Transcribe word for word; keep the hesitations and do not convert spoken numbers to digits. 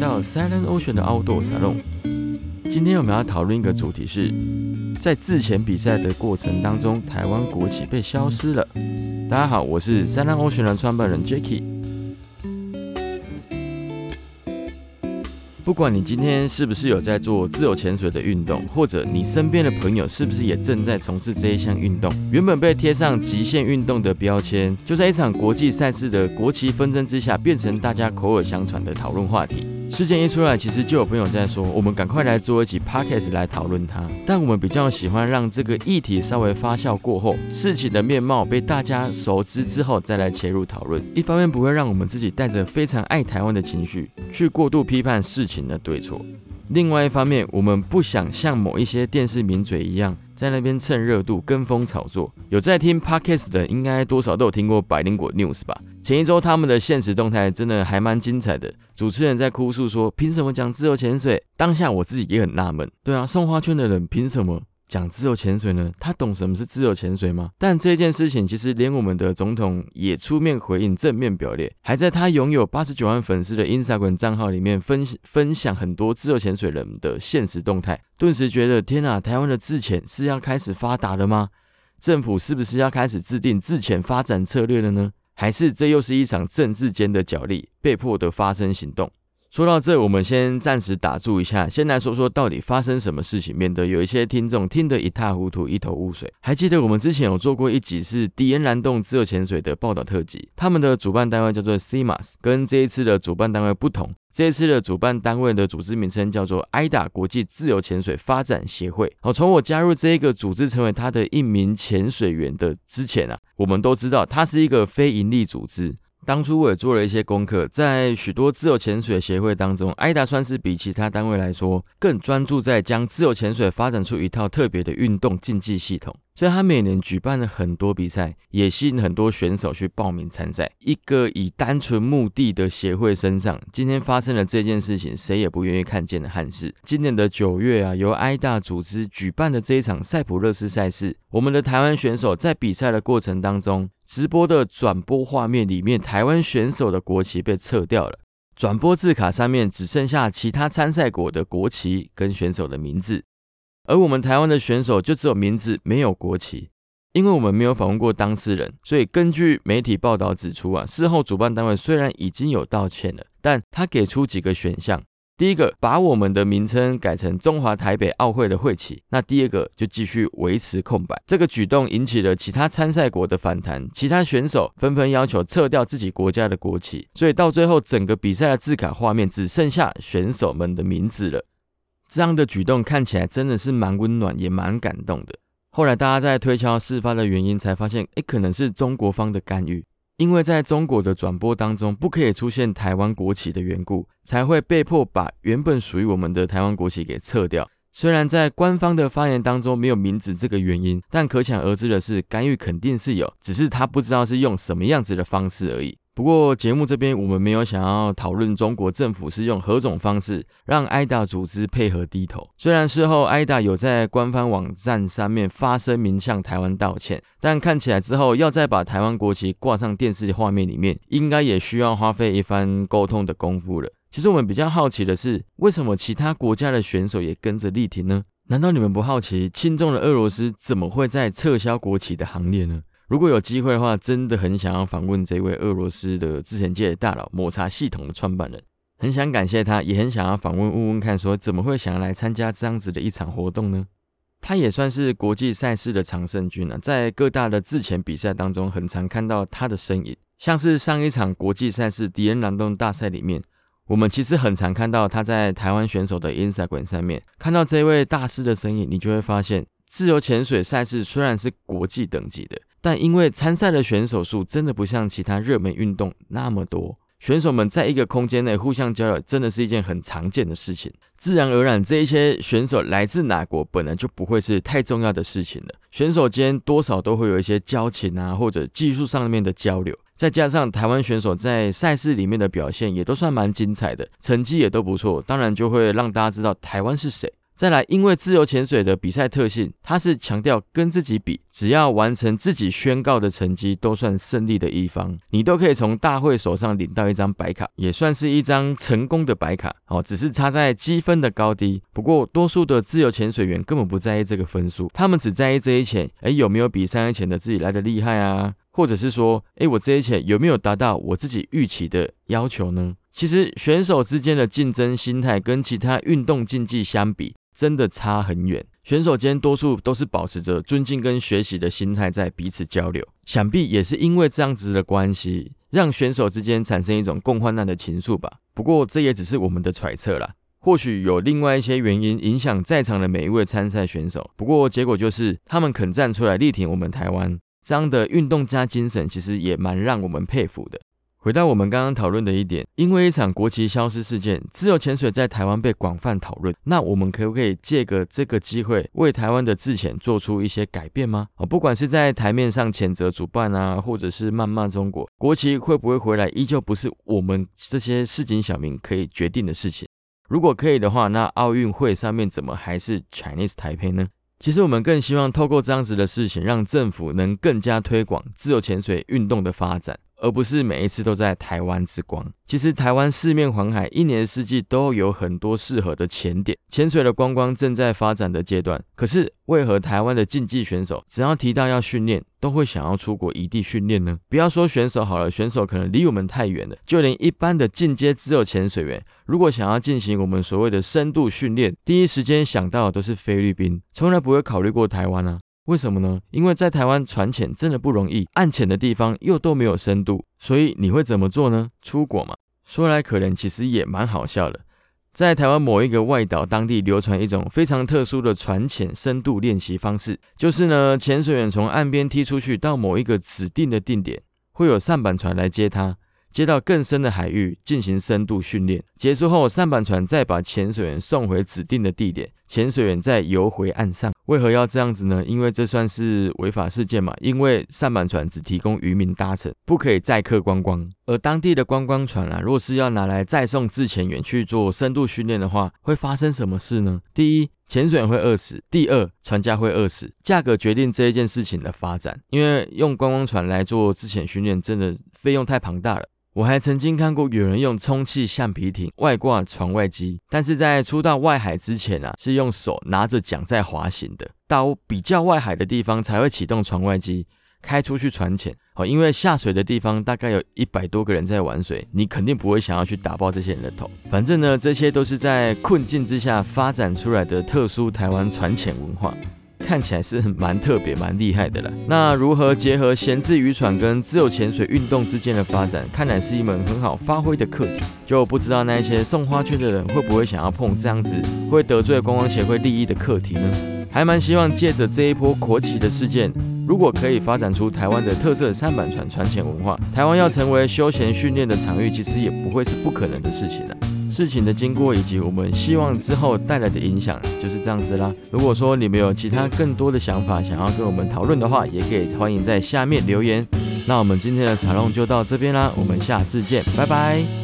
到 Silent Ocean 的 Outdoor Salon。今天我们要讨论一个主题是，在自潜比赛的过程当中，台湾国旗被消失了。大家好，我是 Silent Ocean 的创办人 Jacky。不管你今天是不是有在做自由潜水的运动，或者你身边的朋友是不是也正在从事这一项运动，原本被贴上极限运动的标签，就在一场国际赛事的国旗纷争之下，变成大家口耳相传的讨论话题。事件一出来，其实就有朋友在说，我们赶快来做一集 podcast 来讨论它。但我们比较喜欢让这个议题稍微发酵过后，事情的面貌被大家熟知之后，再来切入讨论。一方面不会让我们自己带着非常爱台湾的情绪去过度批判事情的对错，另外一方面，我们不想像某一些电视名嘴一样，在那边蹭热度、跟风炒作。有在听 podcast 的，应该多少都有听过百灵果 news 吧？前一周他们的限时动态真的还蛮精彩的，主持人在哭诉说，凭什么讲自由潜水？当下我自己也很纳闷，对啊，送花圈的人凭什么讲自由潜水呢？他懂什么是自由潜水吗？但这件事情其实连我们的总统也出面回应，正面表列，还在他拥有八十九万粉丝的 Instagram 账号里面 分, 分享很多自由潜水人的现实动态。顿时觉得天啊，台湾的自潜是要开始发达了吗？政府是不是要开始制定自潜发展策略了呢？还是这又是一场政治间的角力，被迫的发生行动？说到这，我们先暂时打住一下，先来说说到底发生什么事情，免得有一些听众听得一塌糊涂、一头雾水。还记得我们之前有做过一集是迪岩蓝洞自由潜水的报道特辑，他们的主办单位叫做 C M A S， 跟这一次的主办单位不同。这一次的主办单位的组织名称叫做 I D A 国际自由潜水发展协会。从我加入这个组织成为他的一名潜水员的之前啊，我们都知道它是一个非营利组织。当初我也做了一些功课，在许多自由潜水协会当中 I D A 算是比其他单位来说更专注在将自由潜水发展出一套特别的运动竞技系统，所以他每年举办了很多比赛，也吸引很多选手去报名参赛。一个以单纯目的的协会身上，今天发生了这件事情，谁也不愿意看见的憾事。今年的九月啊，由 I D A 组织举办的这一场塞浦路斯赛事，我们的台湾选手在比赛的过程当中，直播的转播画面里面，台湾选手的国旗被撤掉了，转播字卡上面只剩下其他参赛国的国旗跟选手的名字，而我们台湾的选手就只有名字没有国旗。因为我们没有访问过当事人，所以根据媒体报道指出啊，事后主办单位虽然已经有道歉了，但他给出几个选项。第一个，把我们的名称改成中华台北奥会的会旗，那第二个就继续维持空白。这个举动引起了其他参赛国的反弹，其他选手纷纷要求撤掉自己国家的国旗，所以到最后整个比赛的字卡画面只剩下选手们的名字了。这样的举动看起来真的是蛮温暖也蛮感动的。后来大家在推敲事发的原因，才发现诶可能是中国方的干预，因为在中国的转播当中不可以出现台湾国旗的缘故，才会被迫把原本属于我们的台湾国旗给撤掉。虽然在官方的发言当中没有明指这个原因，但可想而知的是干预肯定是有，只是他不知道是用什么样子的方式而已。不过节目这边我们没有想要讨论中国政府是用何种方式让 I D A 组织配合低头。虽然事后 I D A 有在官方网站上面发声明向台湾道歉，但看起来之后要再把台湾国旗挂上电视画面里面，应该也需要花费一番沟通的功夫了。其实我们比较好奇的是，为什么其他国家的选手也跟着力挺呢？难道你们不好奇亲中的俄罗斯怎么会在撤销国旗的行列呢？如果有机会的话，真的很想要访问这位俄罗斯的自潜界的大佬，抹茶系统的创办人，很想感谢他，也很想要访问问问看说怎么会想要来参加这样子的一场活动呢？他也算是国际赛事的常胜军啊，在各大的自潜比赛当中很常看到他的身影，像是上一场国际赛事迪岩蓝洞大赛里面，我们其实很常看到他在台湾选手的 Instagram 上面看到这位大师的身影，你就会发现自由潜水赛事虽然是国际等级的，但因为参赛的选手数真的不像其他热门运动那么多，选手们在一个空间内互相交流真的是一件很常见的事情，自然而然这一些选手来自哪国本来就不会是太重要的事情了，选手间多少都会有一些交情啊，或者技术上面的交流，再加上台湾选手在赛事里面的表现也都算蛮精彩的，成绩也都不错，当然就会让大家知道台湾是谁。 再来，因为自由潜水的比赛特性，它是强调跟自己比，只要完成自己宣告的成绩都算胜利的一方，你都可以从大会手上领到一张白卡，也算是一张成功的白卡，哦，只是差在积分的高低。不过多数的自由潜水员根本不在意这个分数，他们只在意这一潜诶有没有比上一潜的自己来的厉害啊，或者是说诶我这一潜有没有达到我自己预期的要求呢？其实选手之间的竞争心态跟其他运动竞技相比真的差很远，选手间多数都是保持着尊敬跟学习的心态在彼此交流，想必也是因为这样子的关系，让选手之间产生一种共患难的情愫吧。不过这也只是我们的揣测啦，或许有另外一些原因影响在场的每一位参赛选手，不过结果就是他们肯站出来力挺我们台湾，这样的运动家精神其实也蛮让我们佩服的。回到我们刚刚讨论的一点，因为一场国旗消失事件，自由潜水在台湾被广泛讨论，那我们可不可以借个这个机会为台湾的自潜做出一些改变吗？哦，不管是在台面上谴责主办啊，或者是谩骂中国，国旗会不会回来依旧不是我们这些市井小民可以决定的事情。如果可以的话，那奥运会上面怎么还是 Chinese Taipei 呢？其实我们更希望透过这样子的事情，让政府能更加推广自由潜水运动的发展，而不是每一次都在台湾之光。其实台湾四面环海，一年四季都有很多适合的潜点，潜水的观光正在发展的阶段。可是为何台湾的竞技选手只要提到要训练，都会想要出国异地训练呢？不要说选手好了，选手可能离我们太远了，就连一般的进阶自由潜水员，如果想要进行我们所谓的深度训练，第一时间想到的都是菲律宾，从来不会考虑过台湾啊。为什么呢？因为在台湾船潜真的不容易，岸潜的地方又都没有深度，所以你会怎么做呢？出国嘛。说来可怜，其实也蛮好笑的。在台湾某一个外岛当地流传一种非常特殊的船潜深度练习方式，就是呢，潜水员从岸边踢出去到某一个指定的定点，会有舢板船来接他，接到更深的海域进行深度训练，结束后舢板船再把潜水员送回指定的地点，潜水员再游回岸上。为何要这样子呢？因为这算是违法事件嘛，因为舢板船只提供渔民搭乘，不可以载客观光，而当地的观光船啊，若是要拿来载送自潜员去做深度训练的话，会发生什么事呢？第一，潜水员会饿死；第二，船家会饿死。价格决定这一件事情的发展，因为用观光船来做自潜训练真的费用太庞大了。我还曾经看过有人用充气橡皮艇外挂船外机，但是在出到外海之前啊，是用手拿着桨在滑行的，到比较外海的地方才会启动船外机开出去船潜。哦，因为下水的地方大概有一百多个人在玩水，你肯定不会想要去打爆这些人的头。反正呢，这些都是在困境之下发展出来的特殊台湾船潜文化。看起来是蛮特别蛮厉害的啦。那如何结合闲置渔船跟自由潜水运动之间的发展，看来是一门很好发挥的课题。就不知道那些送花圈的人会不会想要碰这样子会得罪观光协会利益的课题呢？还蛮希望借着这一波国旗的事件，如果可以发展出台湾的特色舢板船船潜文化，台湾要成为休闲训练的场域，其实也不会是不可能的事情啦。事情的经过以及我们希望之后带来的影响就是这样子啦。如果说你们有其他更多的想法想要跟我们讨论的话，也可以欢迎在下面留言。那我们今天的茶龙就到这边啦，我们下次见，拜拜。